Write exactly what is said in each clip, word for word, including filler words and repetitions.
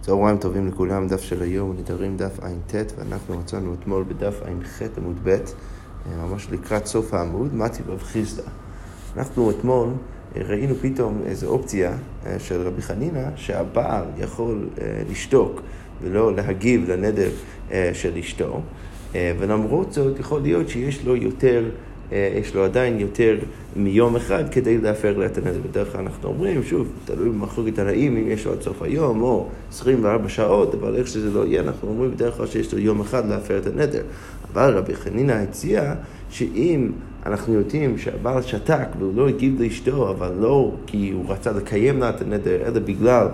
צהריים טובים לכולם, דף של היום, נדרים דף עין ת' ואנחנו מצאנו אתמול בדף עין ח' עמוד ב', ממש לקראת סוף העמוד, מתי רב חיסדא. אנחנו אתמול ראינו פתאום איזו אופציה של רבי חנינא שהבעל יכול לשתוק ולא להגיב לנדר של אשתו, ולמרות זאת יכול להיות שיש לו יותר, יש לו עדיין יותר מיום אחד כדי להפר לה את הנדר. בדרך כלל אנחנו אומרים, שוב, תלוי במחלוקת תנאים, אם יש לו עד סוף היום או עשרים וארבע שעות, אבל איך שזה לא יהיה, אנחנו אומרים בדרך כלל שיש לו יום אחד להפר את הנדר. אבל רבי חנינא הציע שאם אנחנו יודעים שהבעל שתק והוא לא הגיב לאשתו, אבל לא כי הוא רצה לקיים לה את הנדר, אלא בגלל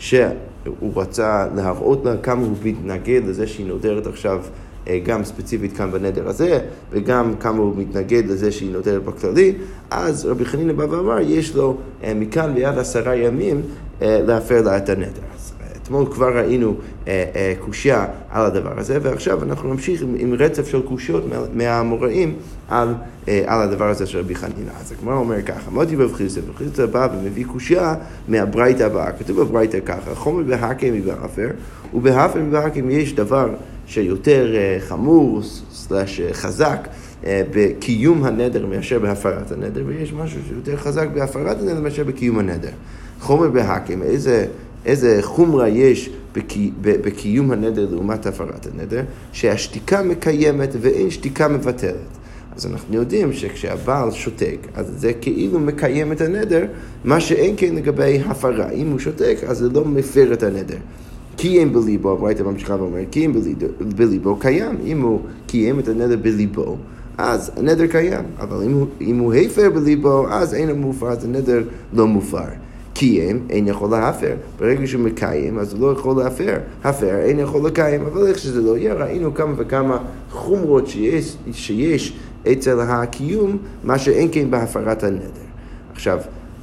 שהוא רצה להראות לה כמה הוא מתנגד לזה שהיא נודרת עכשיו גם ספציפית כאן בנדר הזה, וגם כמה הוא מתנגד לזה שהיא נותרת בכללי, אז רבי חנינא בא ואמר, יש לו מכאן ועד עשרה ימים להפר לה את הנדר. אז אתמול כבר ראינו קושיה על הדבר הזה, ועכשיו אנחנו נמשיך עם, עם רצף של קושיות מהאמוראים על, על הדבר הזה של רבי חנינא. אז הגמרא אומר ככה, מתי רב חיסדא, רב חיסדא בא ומביא קושיה מהברייתא הבאה. כתוב בברייתא ככה, חומר בהקם מבהפר, ובהפר מבהקם יש דבר שיותר חמור, סלש חזק, בקיום הנדר מאשר בהפרת הנדר, ויש משהו שיותר חזק בהפרת הנדר מאשר בקיום הנדר. חומר בהקם, איזה, איזה חומרה יש בקי, בקיום הנדר לעומת הפרת הנדר, שהשתיקה מקיימת ואין שתיקה מבטלת. אז אנחנו יודעים שכשהבעל שותק, אז זה כאילו מקיים את הנדר, מה שאין כן לגבי הפרה. אם הוא שותק, אז זה לא מפר את הנדר. קיים בליבו, הברייתא ממשיכה ואומר, קיים בליבו קיים. אם הוא קיים את הנדר בליבו, אז הנדר קיים. אבל אם הוא, אם הוא הפר בליבו, אז אין הוא מופר, אז הנדר לא מופר. קיים, אין יכול להפר. ברגע שהוא מקיים, אז הוא לא יכול להפר. הפר, אין יכול לקיים. אבל איך שזה לא יהיה, ראינו כמה וכמה חומרות שיש, שיש אצל הקיום, מה שאין כן בהפרת הנדר. עכשיו,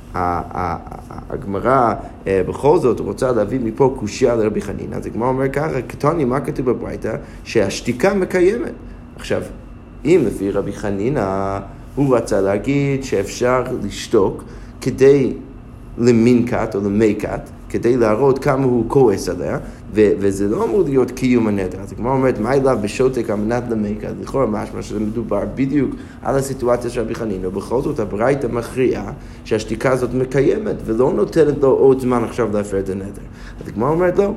הגמרא בכל זאת רוצה להביא מפה קושיה לרבי חנינא. אז הגמרא אומר ככה, קטני, מה כתוב בברייתא? שהשתיקה מקיימת. עכשיו, אם לפי רבי חנינא הוא רצה להגיד שאפשר לשתוק כדי למינקת או למיקת, כדי להראות כמה הוא כועס עליה, ו- וזה לא אמור להיות קיום הנדר. אז כמו אומרת, מה אליו בשותק על מנת למיקת? לכאורה משמע שמדובר בדיוק על הסיטואציה של רבי חנינא, ובכל זאת הברייתא מכריעה שהשתיקה הזאת מקיימת, ולא נותנת לו עוד זמן עכשיו להפר את הנדר. אז כמו אומרת, לא.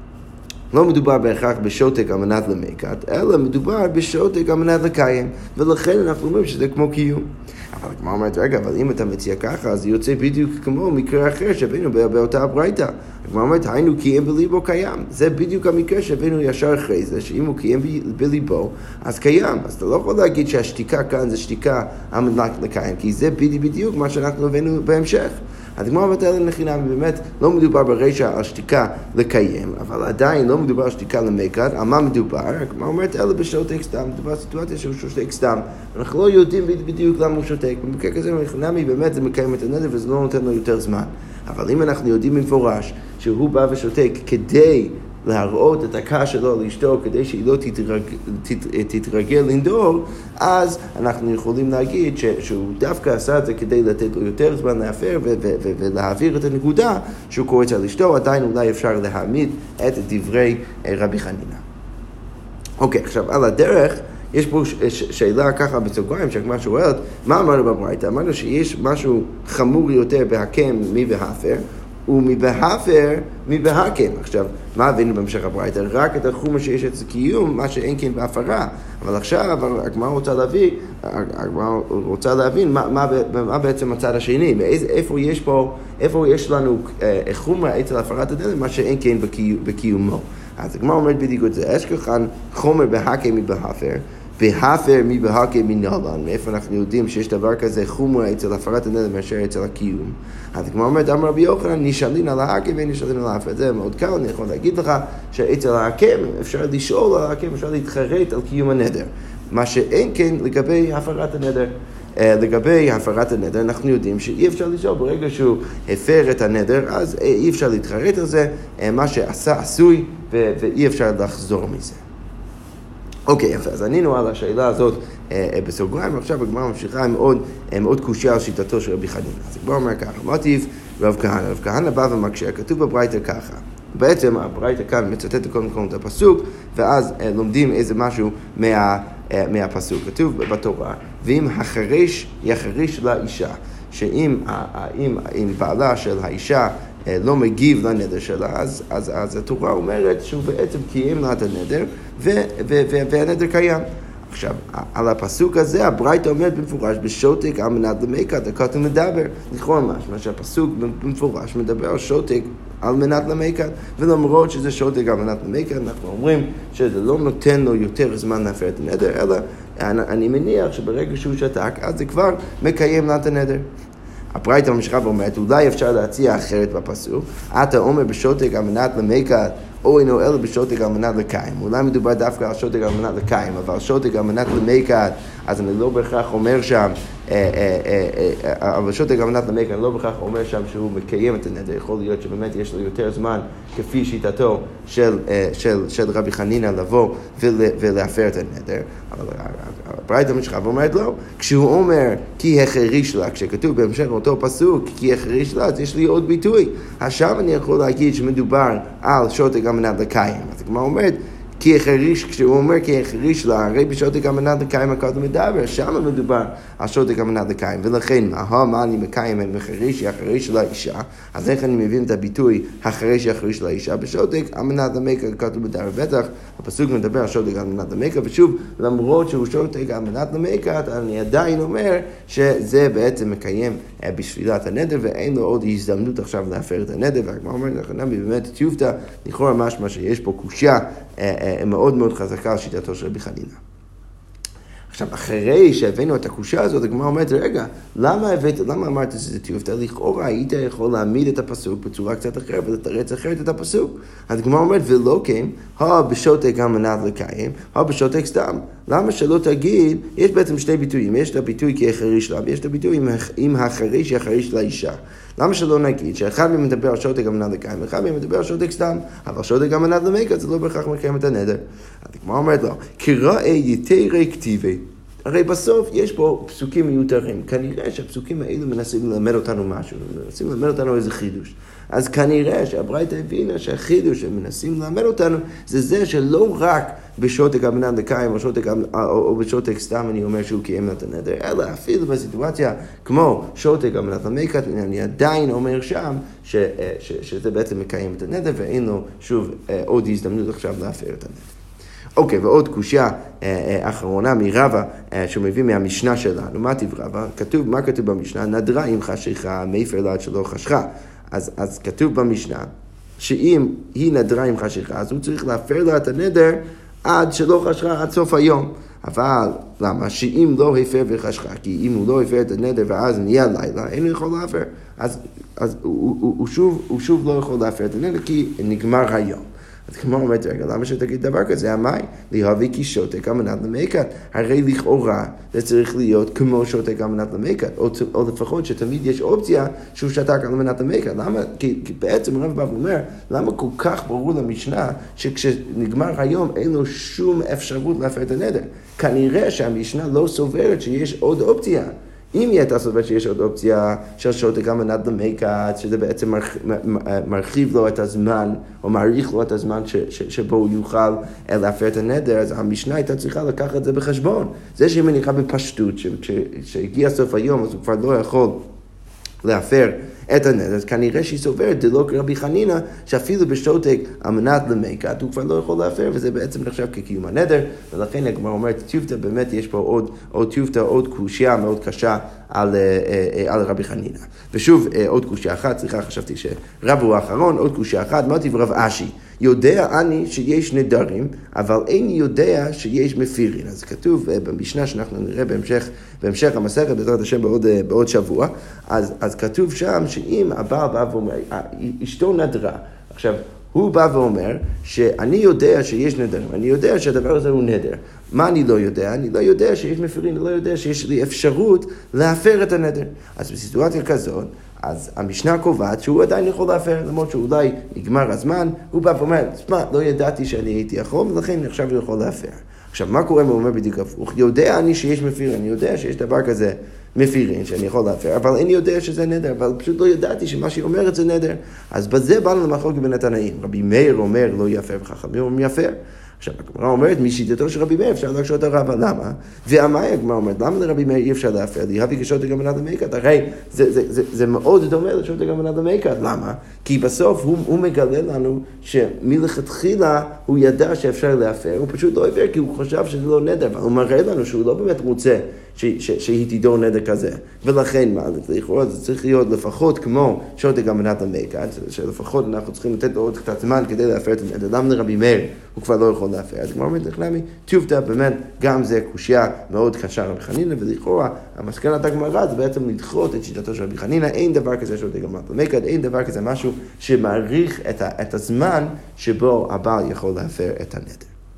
לא מדובר בהכרח בשותק על מנת למיקת, אלא מדובר בשותק על מנת לקיים, ולכן אנחנו אומרים שזה כמו קיום. אבל כמו אומרת, רגע, אבל אם אתה מציע ככה, אז יוצא בדיוק כמו מקרה אחר שהבאנו באותה הברייתא. כמו אומרת, היינו קיים בליבו קיים. זה בדיוק המקרה שהבאנו ישר אחרי זה, שאם הוא קיים בליבו, אז קיים. אז אתה לא יכול להגיד שהשתיקה כאן זה שתיקה על מנת לקיים, כי זה בדיוק מה שאנחנו הבאנו בהמשך. אז כמו אומרת, אלה נכינם, באמת לא מדובר ברשע על שתיקה לקיים, אבל עדיין לא מדובר על שתיקה למיקת. על מה מדובר? כמו אומרת, אלה בשותק סתם, מדובר על סיטואציה שהוא שותק סתם. אנחנו לא יודעים בדיוק למה הוא שותק. במקרה כזה נכינמי, באמת זה מקיים את הנדר וזה לא נותן לו יותר זמן. אבל אם אנחנו יודעים במפורש שהוא בא ושותק כדי להראות את הכעס שלו לאשתו, כדי שהיא לא תתרג, תת, תתרגל לנדור, אז אנחנו יכולים להגיד ש, שהוא דווקא עשה את זה כדי לתת לו יותר זמן להפר ו- ו- ו- ולהעביר את הנקודה שהוא קורץ על אשתו. עדיין אולי אפשר להעמיד את דברי רבי חנינא. אוקיי, עכשיו על הדרך יש פה שאלה ככה בסוגריים שהגמרא שואלת, מה אמרנו בברייתא? אמרנו שיש משהו חמור יותר בהקם מבהפר, ומבהפר מבהקם. עכשיו, מה הבאנו במשך הברייתא? רק את החומר שיש אצל קיום, מה שאין כן בהפרה. אבל עכשיו, הגמרא רוצה להבין, הגמרא רוצה להבין מה, מה, מה בעצם הצד השני, ואיזה, איפה יש פה, איפה יש לנו חומר אצל הפרת הנדר, מה שאין כן בקיום, בקיומו. אז הגמרא אומרת בדיוק את זה, יש כאן חומר בהקם מבהפר, בהפר מבהקם מנהלן. מאיפה אנחנו יודעים שיש דבר כזה חומרה אצל הפרת הנדר מאשר אצל הקיום? אז כמו אומרת, אמר רבי יוחנן, נשאלין על ההקם ונשאלין על ההפר. זה מאוד קל, אני יכול להגיד לך שאצל ההקם אפשר לשאול על ההקם, אפשר להתחרט על קיום הנדר. מה שאין כן לגבי הפרת הנדר. לגבי הפרת הנדר, אנחנו יודעים שאי אפשר לשאול, ברגע שהוא הפר את הנדר, אז אי אפשר להתחרט על זה, מה שעשה עשוי, ואי אפשר לחזור מזה. אוקיי, יפה, אז ענינו על השאלה הזאת אה, בסוגריים, ועכשיו הגמרא ממשיכה עם עוד, עוד קושיה על שיטתו של רבי חנינא. אז הגמרא אומר ככה, מוטיב רב כהנא, רב כהנא בא ומקשה, כתוב בברייתא ככה, בעצם הברייתא כאן מצטט קודם כל את הפסוק, ואז לומדים איזה משהו מה, מהפסוק. כתוב בתורה, ואם החריש יחריש לאישה, שאם אם, אם בעלה של האישה לא מגיב לנדר שלה, אז, אז, אז התורה אומרת שהוא בעצם קיים לה את הנדר, ו, ו, ו, והנדר קיים. עכשיו, על הפסוק הזה, הברייתא אומרת במפורש, בשותק על מנת למקט, הכתוב מדבר. לכאורה משמע שהפסוק במפורש מדבר על שותק על מנת למקט, ולמרות שזה שותק על מנת למקט, אנחנו אומרים שזה לא נותן לו יותר זמן להפר את הנדר, אלא אני מניח שברגע שהוא שתק, אז זה כבר מקיים לה את הנדר. הברייתא ממשיכה ואומרת, אולי אפשר להציע אחרת בפסוק, אתה אומר בשותק על מנת למקט, או אינו אלא בשותק על מנת לקיים. אולי מדובר דווקא על שותק על מנת לקיים, אבל שותק על מנת למקט, אז אני לא בהכרח אומר שם, אבל שותק על מנת למקט, אני לא בהכרח אומר שם שהוא מקיים את הנדר. יכול להיות שבאמת יש לו יותר זמן, כפי שיטתו של, של, של רבי חנינא לבוא ולהפר את הנדר. אבל הברייתא ממשיכה ואומרת לא. כשהוא אומר כי החריש לה, כשכתוב בהמשך אותו פסוק, כי החריש לה, אז יש לי עוד ביטוי. עכשיו אני יכול להגיד שמדובר על שותק על מנת לקיים. אז כמו אומרת, כי החריש, כשהוא אומר כי החריש לה, הרי בשותק על מנת לקיים הכתוב מדבר, שם מדובר על שותק על מנת לקיים. ולכן, מה, מה אני מקיים עם החריש, החריש לאישה, אז איך אני מבין את הביטוי החריש, החריש לאישה בשותק על מנת למקט הכתוב מדבר. בטח, הפסוק מדבר על שותק על מנת למקט, ושוב, למרות שהוא שותק על מנת למקט, אני עדיין אומר שזה בעצם מקיים בשפילת הנדר, ואין לו עוד הזדמנות עכשיו להפר את הנדר, והגמרא אומרת, לכן באמת טיובתא, לכאורה משמע שיש פה קושיה מאוד מאוד חזקה על שיטתו של רבי חנינא. עכשיו, אחרי שהבאנו את הקושיה הזאת, הגמרא אומרת, רגע, למה הבאת, למה אמרת שזה טיובתא? לכאורה היית יכול להעמיד את הפסוק בצורה קצת אחרת ולתרץ אחרת את הפסוק. אז הגמרא אומרת, ולא כן, הו בשותק על מנת לקיים, הו בשותק סתם. למה שלא תגיד, יש בעצם שני ביטויים, יש את הביטוי כי החריש לה, ויש את הביטוי עם החריש יחריש לאישה. למה שלא נגיד שאחד מהם מדבר על שותק על מנת לקיים, ואחד מהם מדבר על שותק סתם, אבל שותק על מנת למקט, זה לא בהכרח מקיים את הנדר. אז הגמרא אומרת לו, קרא יתרי כתיבי. הרי בסוף יש פה פסוקים מיותרים. כנראה שהפסוקים האלו מנסים ללמד אותנו משהו, מנסים ללמד אותנו איזה חידוש. אז כנראה שהברייתא הבינה שהחידוש שמנסים ללמד אותנו זה זה שלא רק בשותק על מנת לקיים או, שותק, או, או בשותק סתם אני אומר שהוא קיים את הנדר, אלא אפילו בסיטואציה כמו שותק על מנת למקט, אני עדיין אומר שם ש, ש, שזה בעצם מקיים את הנדר ואין לו שוב עוד הזדמנות עכשיו להפר את הנדר. אוקיי, ועוד קושיה אחרונה מרבא, שהוא מביא מהמשנה שלנו. מה טיב רבא? כתוב, מה כתוב במשנה? נדרה אם חשיכה, מפר לה עד שלא חשכה. אז, אז כתוב במשנה, שאם היא נדרה עם חשיכה, אז הוא צריך להפר לה את הנדר עד שלא חשכה, עד סוף היום. אבל למה? שאם לא הפר וחשכה, כי אם הוא לא הפר את הנדר ואז נהיה לילה, אין לו יכול להפר. אז, אז הוא, הוא, הוא, שוב, הוא שוב לא יכול להפר את הנדר, כי נגמר היום. אז כמו אומרת, רגע, למה שתגיד דבר כזה? המאי, להביא כי שותק על מנת למקט. הרי לכאורה זה צריך להיות כמו שותק על מנת למקט, או, או לפחות שתמיד יש אופציה שהוא שתק על מנת למקט. למה? כי, כי בעצם הרב בא ואומר, למה כל כך ברור למשנה שכשנגמר היום אין לו שום אפשרות להפר את הנדר? כנראה שהמשנה לא סוברת שיש עוד אופציה. אם היא הייתה סוברת שיש עוד אופציה של שותק על מנת למקט, שזה בעצם מרחיב לו את הזמן, או מעריך לו את הזמן ש, ש, שבו הוא יוכל להפר את הנדר, אז המשנה הייתה צריכה לקחת את זה בחשבון. זה שהיא מניחה בפשטות, שהגיע סוף היום, אז הוא כבר לא יכול להפר את הנדר, אז כנראה שהיא סוברת, זה לא רבי חנינא, שאפילו בשותק על מנת למקט, הוא כבר לא יכול להפר, וזה בעצם נחשב כקיום הנדר, ולכן הגמרא אומרת, טיובתא, באמת יש פה עוד, עוד טיובתא, עוד קושיה מאוד קשה על, על רבי חנינא. ושוב, עוד קושיה אחת, סליחה, חשבתי שרב הוא האחרון, עוד קושיה אחת, מה טיב רב אשי? יודע אני שיש נדרים, אבל אין יודע שיש מפירין. אז כתוב במשנה שאנחנו נראה בהמשך, בהמשך המסכת, בעזרת השם בעוד, בעוד שבוע, אז, אז כתוב שם שאם הבעל בא ואומר, אשתו נדרה, עכשיו, הוא בא ואומר שאני יודע שיש נדרים, אני יודע שהדבר הזה הוא נדר. מה אני לא יודע? אני לא יודע שיש מפירין, אני לא יודע שיש לי אפשרות להפר את הנדר. אז בסיטואציה כזאת, אז המשנה קובעת שהוא עדיין יכול להפר, למרות שאולי נגמר הזמן, הוא בא ואומר, מה, לא ידעתי שאני הייתי יכול, ולכן עכשיו הוא יכול להפר. עכשיו, מה קורה אם הוא אומר בדיוק הפוך? יודע אני שיש מפיר, אני יודע שיש דבר כזה מפירין, שאני יכול להפר, אבל איני יודע שזה נדר, אבל פשוט לא ידעתי שמה שהיא אומרת זה נדר. אז בזה באנו למחלוקת בין התנאים. רבי מאיר אומר לא יפר וחכמים אומרים יפר. עכשיו, הגמרא אומרת, משיטתו של רבי מאיר אפשר להקשות על רבא, למה? ועמאי הגמרא אומרת, למה לרבי מאיר אי אפשר להפר? להביא קשות גם מנד למיקד. הרי זה, זה, זה, זה מאוד דומה לשוט גם מנד למיקד. למה? כי בסוף הוא, הוא מגלה לנו שמלכתחילה הוא ידע שאפשר להפר, הוא פשוט לא עבר כי הוא חשב שזה לא נדר, אבל הוא מראה לנו שהוא לא באמת רוצה ש, ש, שהיא תידור נדר כזה. ולכן מה? לכאורה זה צריך להיות לפחות כמו שוט גם מנד למיקד, שלפחות אנחנו צריכים לתת לו עוד קצת זמן כדי להפר את הנדר. למה לרבי מאיר הוא כבר לא יכול להפר? אז כמו אומרת לכלמי, תיובתא, באמת, גם זה קושיה מאוד קשה רבי חנינא, ולכאורה, המסקנת הגמרא זה בעצם לדחות את שיטתו של רבי חנינא, אין דבר כזה שוט גם מנד למיקד, אין דבר כזה משהו שמעריך את, ה, את הזמן שבו הבעל יכול להפר את הנדר.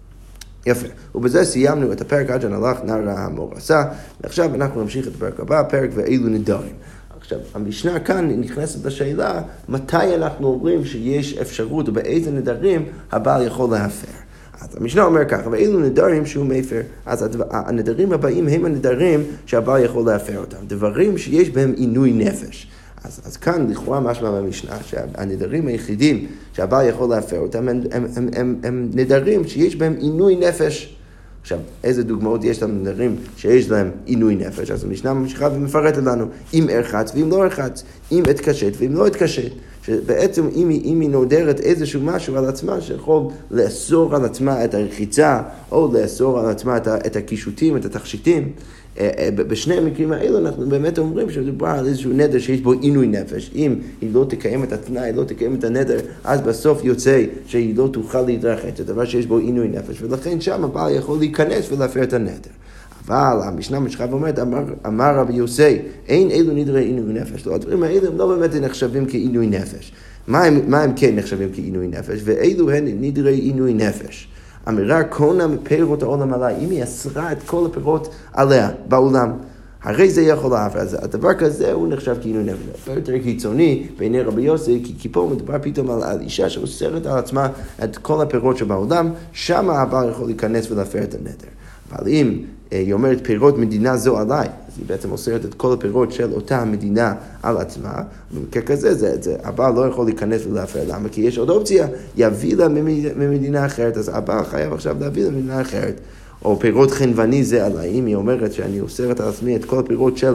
יפה, ובזה סיימנו את הפרק עד שנלך נער המור עשה, ועכשיו אנחנו נמשיך את הפרק הבא, פרק ואילו נדרים. עכשיו, המשנה כאן נכנסת לשאלה, מתי אנחנו אומרים שיש אפשרות ובאיזה נדרים הבעל יכול להפר. אז המשנה אומר ככה, ואילו נדרים שהוא מפר, אז הנדרים הבאים הם הנדרים שהבעל יכול להפר אותם, דברים שיש בהם עינוי נפש. אז, אז כאן לכאורה משמע במשנה שהנדרים היחידים שהבעל יכול להפר אותם הם, הם, הם, הם, הם נדרים שיש בהם עינוי נפש. עכשיו, איזה דוגמאות יש לנו נדרים שיש להם עינוי נפש? אז המשנה ממשיכה ומפרטת לנו אם ארחץ ואם לא ארחץ, אם התקשט ואם לא התקשט. שבעצם אם היא, אם היא נודרת איזשהו משהו על עצמה שיכול לאסור על עצמה את הרחיצה או לאסור על עצמה את, את הקישוטים, את התכשיטים, בשני המקרים האלו אנחנו באמת אומרים שמדובר על איזשהו נדר שיש בו עינוי נפש. אם היא לא תקיים את התנאי, לא תקיים את הנדר, אז בסוף יוצא שהיא לא תוכל להתרחץ, זה דבר שיש בו עינוי נפש, ולכן שם הבעל יכול להיכנס ולהפר את הנדר. אבל המשנה ממשיכה ואומרת, אמר, אמר רבי יוסי, אין אלו נדרי עינוי נפש. לא, הדברים האלה הם לא באמת נחשבים כעינוי נפש. מה הם, מה הם כן נחשבים כעינוי נפש? ואלו הן נדרי עינוי נפש. אמירה קונה מפירות העולם עליי, אם היא אסרה את כל הפירות עליה בעולם, הרי זה יכול להפר. אז הדבר כזה הוא נחשב כעינוי נפש. יותר קיצוני בעיני רבי יוסי, כי, כי פה מדובר פתאום על, על אישה שאוסרת על עצמה את כל הפירות שבעולם, שם הבעל יכול להיכנס ולהפר את הנדר. אבל אם היא אומרת פירות מדינה זו עליי, אז היא בעצם אוסרת את כל הפירות של אותה המדינה על עצמה, וככזה זה, זה, הבעל לא יכול להיכנס ולהפר. למה? כי יש עוד אופציה, יביא לה ממדינה אחרת, אז הבעל חייב עכשיו להביא לה ממדינה אחרת. או פירות חנווני זה עליי, אם היא אומרת שאני אוסרת על עצמי את כל הפירות של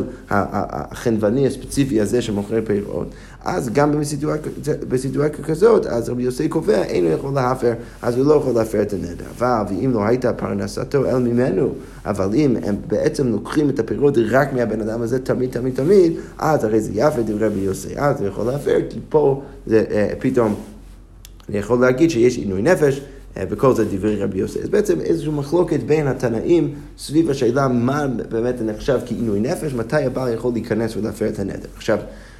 החנווני הספציפי הזה שמוכר פירות, אז גם בסיטואציה כזאת, אז רבי יוסי קובע, אינו יכול להפר, אז הוא לא יכול להפר את הנדר. אבל ואם לא הייתה פרנסתו אל ממנו, אבל אם הם בעצם לוקחים את הפירות רק מהבן אדם הזה תמיד תמיד תמיד, אז הרי זה יפה דברי רבי יוסי, אז הוא יכול להפר, כי פה זה פתאום, אני יכול להגיד שיש עינוי נפש, וכל זה דברי רבי יוסי. אז בעצם איזושהי מחלוקת בין התנאים סביב השאלה מה באמת נחשב כעינוי נפש, מתי הבעל יכול להיכנס ולהפר את הנדר. עכשיו,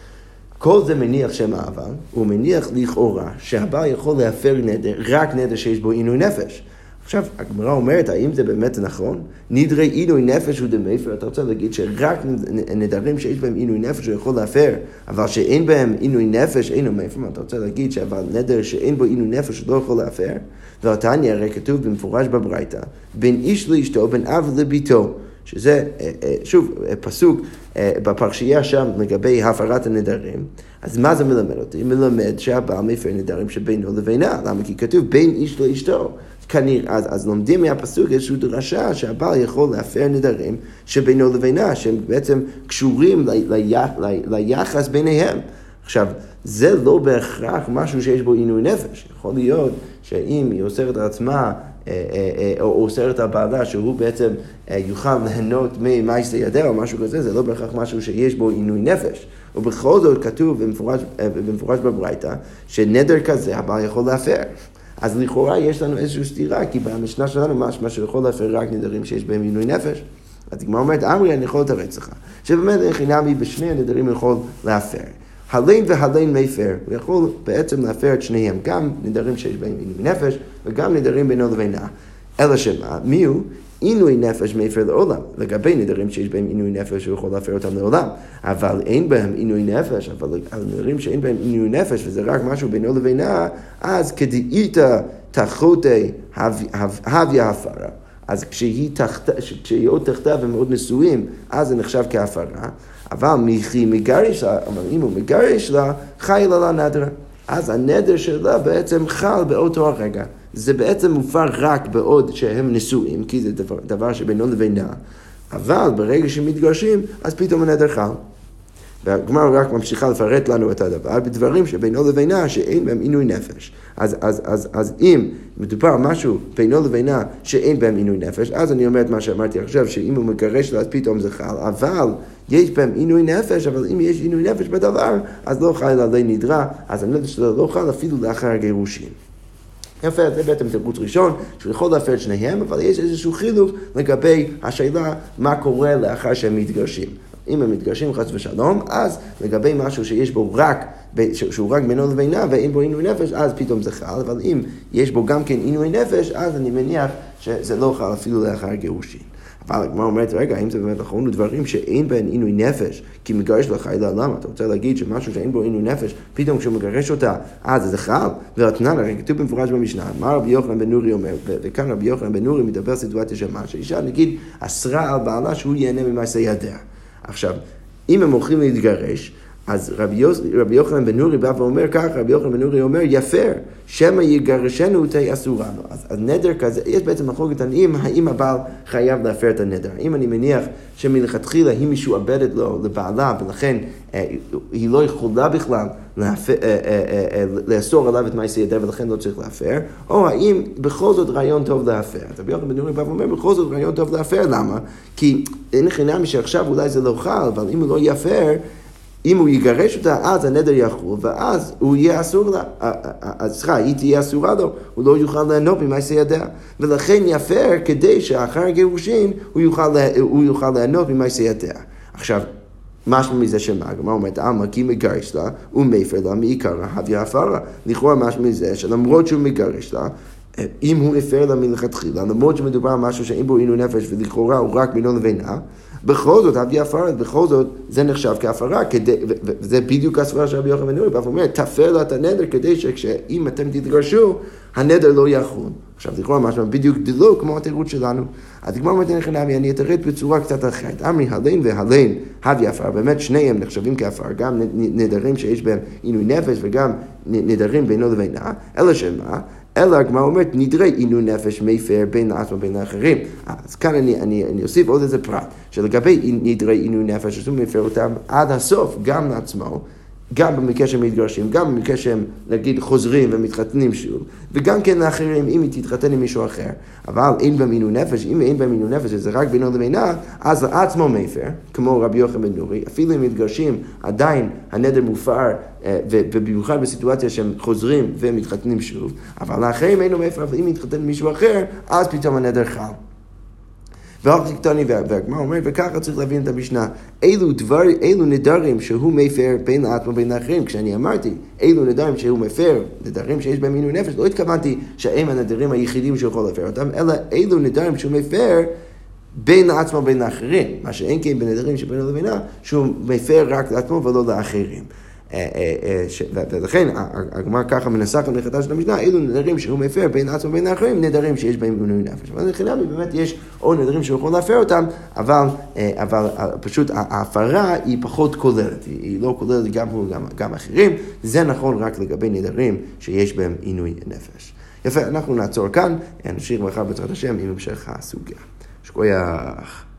כל זה מניח שמה אבל, הוא מניח לכאורה שהבעל יכול להפר נדר, רק נדר שיש בו עינוי נפש. עכשיו, הגמרא אומרת, האם זה באמת נכון? נדרי עינוי נפש הוא דמפר, אתה רוצה להגיד שרק נדרים שיש בהם עינוי נפש הוא יכול להפר, אבל שאין בהם עינוי נפש, אינו מפר, אתה רוצה להגיד שהבל נדר שאין בו עינוי נפש הוא לא יכול להפר? והתניא הרי כתוב במפורש בברייתא, בין איש לאשתו, בין אב לביתו, שזה, שוב, פסוק בפרשייה שם לגבי הפרת הנדרים. אז מה זה מלמד אותי? מלמד שהבעל מפר נדרים שבינו לבינה. למה? כי כתוב בין איש לאשתו. כנראה, אז, אז לומדים מהפסוק איזושהי דרשה שהבעל יכול להפר נדרים שבינו לבינה, שהם בעצם קשורים לי, לי, לי, ליחס ביניהם. עכשיו, זה לא בהכרח משהו שיש בו עינוי נפש. יכול להיות שאם היא אוסרת על עצמה, או אוסרת על בעלה, שהוא בעצם יוכל ליהנות ממעשה ידיה או משהו כזה, זה לא בהכרח משהו שיש בו עינוי נפש. ובכל זאת כתוב במפורש, במפורש בברייתא, שנדר כזה הבעל יכול להפר. אז לכאורה יש לנו איזושהי סתירה, כי במשנה שלנו משהו שיכול להפר רק נדרים שיש בהם עינוי נפש. אז כמו אומרת, אמרי, אני יכול לתרץ לך. שבאמת חינמי בשני הנדרים יכול להפר. הלין והלין מפר, הוא יכול בעצם להפר את שניהם, גם נדרים שיש בהם עינוי נפש, וגם נדרים בינו לבינה. אלא שמה, מי הוא? עינוי נפש מפר לעולם. לגבי נדרים שיש בהם עינוי נפש, הוא יכול להפר אותם לעולם. אבל אין בהם עינוי נפש, אבל על נדרים שאין בהם עינוי נפש, וזה רק משהו בינו לבינה, אז כדאית תחותי הביה הפרה. אז כשהיא תחת, כשהיא עוד תחתיו הם מאוד נשואים, אז זה נחשב כהפרה. אבל מיכי מגרש לה, אבל אם הוא מגרש לה, חי לה לנדר. אז הנדר שלה בעצם חל באותו הרגע. זה בעצם מופר רק בעוד שהם נשואים, כי זה דבר, דבר שבינו לבינה. אבל ברגע שמתגרשים, אז פתאום הנדר חל. והגמרא רק ממשיכה לפרט לנו את הדבר, בדברים שבינו לבינה שאין בהם עינוי נפש. אז, אז, אז, אז אם מדובר משהו בינו לבינה שאין בהם עינוי נפש, אז אני אומר את מה שאמרתי עכשיו, שאם הוא מגרש לה, אז פתאום זה חל. אבל יש בהם עינוי נפש, אבל אם יש עינוי נפש בדבר, אז לא חל עלי נדרה, אז הנדר שלו לא חל אפילו לאחר הגירושין. יפה, זה בעצם תירוץ ראשון, שהוא יכול להפר את שניהם, אבל יש איזשהו חילוק לגבי השאלה מה קורה לאחר שהם מתגרשים. אם הם מתגרשים חס ושלום, אז לגבי משהו שיש בו רק, שהוא רק בינו לבינה ואין בו עינוי נפש, אז פתאום זה חל, אבל אם יש בו גם כן עינוי נפש, אז אני מניח שזה לא חל אפילו לאחר גירושין. אבל הגמרא אומרת, רגע, אם זה באמת נכון, דברים שאין בהם עינוי נפש, כי מגרש לך אלא למה? אתה רוצה להגיד שמשהו שאין בו עינוי נפש, פתאום כשהוא מגרש אותה, אז זה חל? והתנן, הרי כתוב במפורש במשנה, מה רבי יוחנן בן נורי אומר, וכאן רבי יוחנן בן נורי מדבר סיטואציה של מה, שאישה נגיד אסרה על בעלה שהוא ייהנה ממעשה ידיה. עכשיו, אם הם הולכים להתגרש, אז רבי, יוס, רבי יוחנן בן נורי בא ואומר ככה, רבי יוחנן בן נורי אומר, יפר, שמא יגרשנו תהי אסורה. אז, אז נדר כזה, יש בעצם מחלוקת האם, האם הבעל חייב להפר את הנדר. אם אני מניח שמלכתחילה היא משועבדת לו לבעלה, ולכן אה, היא לא יכולה בכלל להפר, אה, אה, אה, אה, לאסור עליו את מעשה ידיה, ולכן לא צריך להפר, או האם בכל זאת רעיון טוב להפר. אז רבי יוחנן בן נורי בא ואומר, בכל זאת רעיון טוב להפר, למה? כי אין חינם שעכשיו אולי זה לא חל, אבל אם הוא לא יפר, אם הוא יגרש אותה, אז הנדר יחול, ואז הוא יהיה אסור לה. אז סליחה, היא תהיה אסורה לו, הוא לא יוכל ליהנות ממעשה ידיה. ולכן יפר כדי שאחר הגירושין הוא יוכל, הוא יוכל ליהנות ממעשה ידיה. עכשיו, משהו מזה שמה, הגמרא אומרת, אמה, כי מגרש לה, הוא מפר לה מעיקרא הוויה הפרה. לכאורה משהו מזה, שלמרות שהוא מגרש לה, אם הוא הפר לה מלכתחילה, למרות שמדובר על משהו שאין בו עינוי נפש, ולכאורה הוא רק בינו לבינה, בכל זאת, הוויה הפרה, בכל זאת, זה נחשב כהפרה, וזה בדיוק הסברה של רבי יוחנן בן נורי, ואף אומר, תפר לה את הנדר, כדי שאם אתם תתגרשו, הנדר לא יחול. עכשיו, לכאורה משהו בדיוק דלו, כמו התירוץ שלנו. אז כמו אמרתי לכם, אני אתרץ בצורה קצת אחרת. אמרי הלין והלין, הוויה הפרה, באמת שניהם נחשבים כהפרה, גם נדרים שיש בהם עינוי נפש, וגם נדרים בינו לבינה, אלא שמה? אלא הגמרא אומרת, נדרי עינוי נפש מפר בין לעצמו ובין לאחרים. אז כאן אני, אני, אני אוסיף עוד איזה פרט, שלגבי נדרי עינוי נפש, שהוא מפר אותם עד הסוף, גם לעצמו, גם במקרה שהם מתגרשים, גם במקרה שהם, נגיד, חוזרים ומתחתנים שוב, וגם כן לאחרים, אם היא תתחתן עם מישהו אחר. אבל אין בהם עינוי נפש, אם אין בהם עינוי נפש, זה רק בינו לבינה, אז לעצמו מפר, כמו רבי יוחנן בן נורי, אפילו אם מתגרשים, עדיין הנדר מופר, ובמיוחד בסיטואציה שהם חוזרים ומתחתנים שוב, אבל לאחרים אין לו מפר, אבל אם מתחתן עם מישהו אחר, אז פתאום הנדר חל. ואחר קטני והגמרא אומרת, וככה צריך להבין את המשנה, אילו דבר, אילו נדרים שהוא מפר בין לעצמו ובין לאחרים, כשאני אמרתי, אילו נדרים שהוא מפר, נדרים שיש בהם עינוי נפש, לא התכוונתי שהם הנדרים היחידים שהוא יכול להפר אותם, אלא אילו נדרים שהוא מפר בין לעצמו ובין לאחרים, מה שאין כן בנדרים שבינו לבינה, שהוא מפר רק לעצמו ולא לאחרים. ולכן הגמרא ככה מנסחת מחדש של המשנה, אילו נדרים שהוא מפר בין עצמו ובין האחרים, נדרים שיש בהם עינוי נפש. אבל לכן באמת יש או נדרים שהוא יכול להפר אותם, אבל, אבל פשוט ההפרה היא פחות כוללת, היא לא כוללת גם הוא גם, גם אחרים, זה נכון רק לגבי נדרים שיש בהם עינוי נפש. יפה, אנחנו נעצור כאן, נמשיך מחר בעזרת השם עם המשך הסוגיה. שכוייח.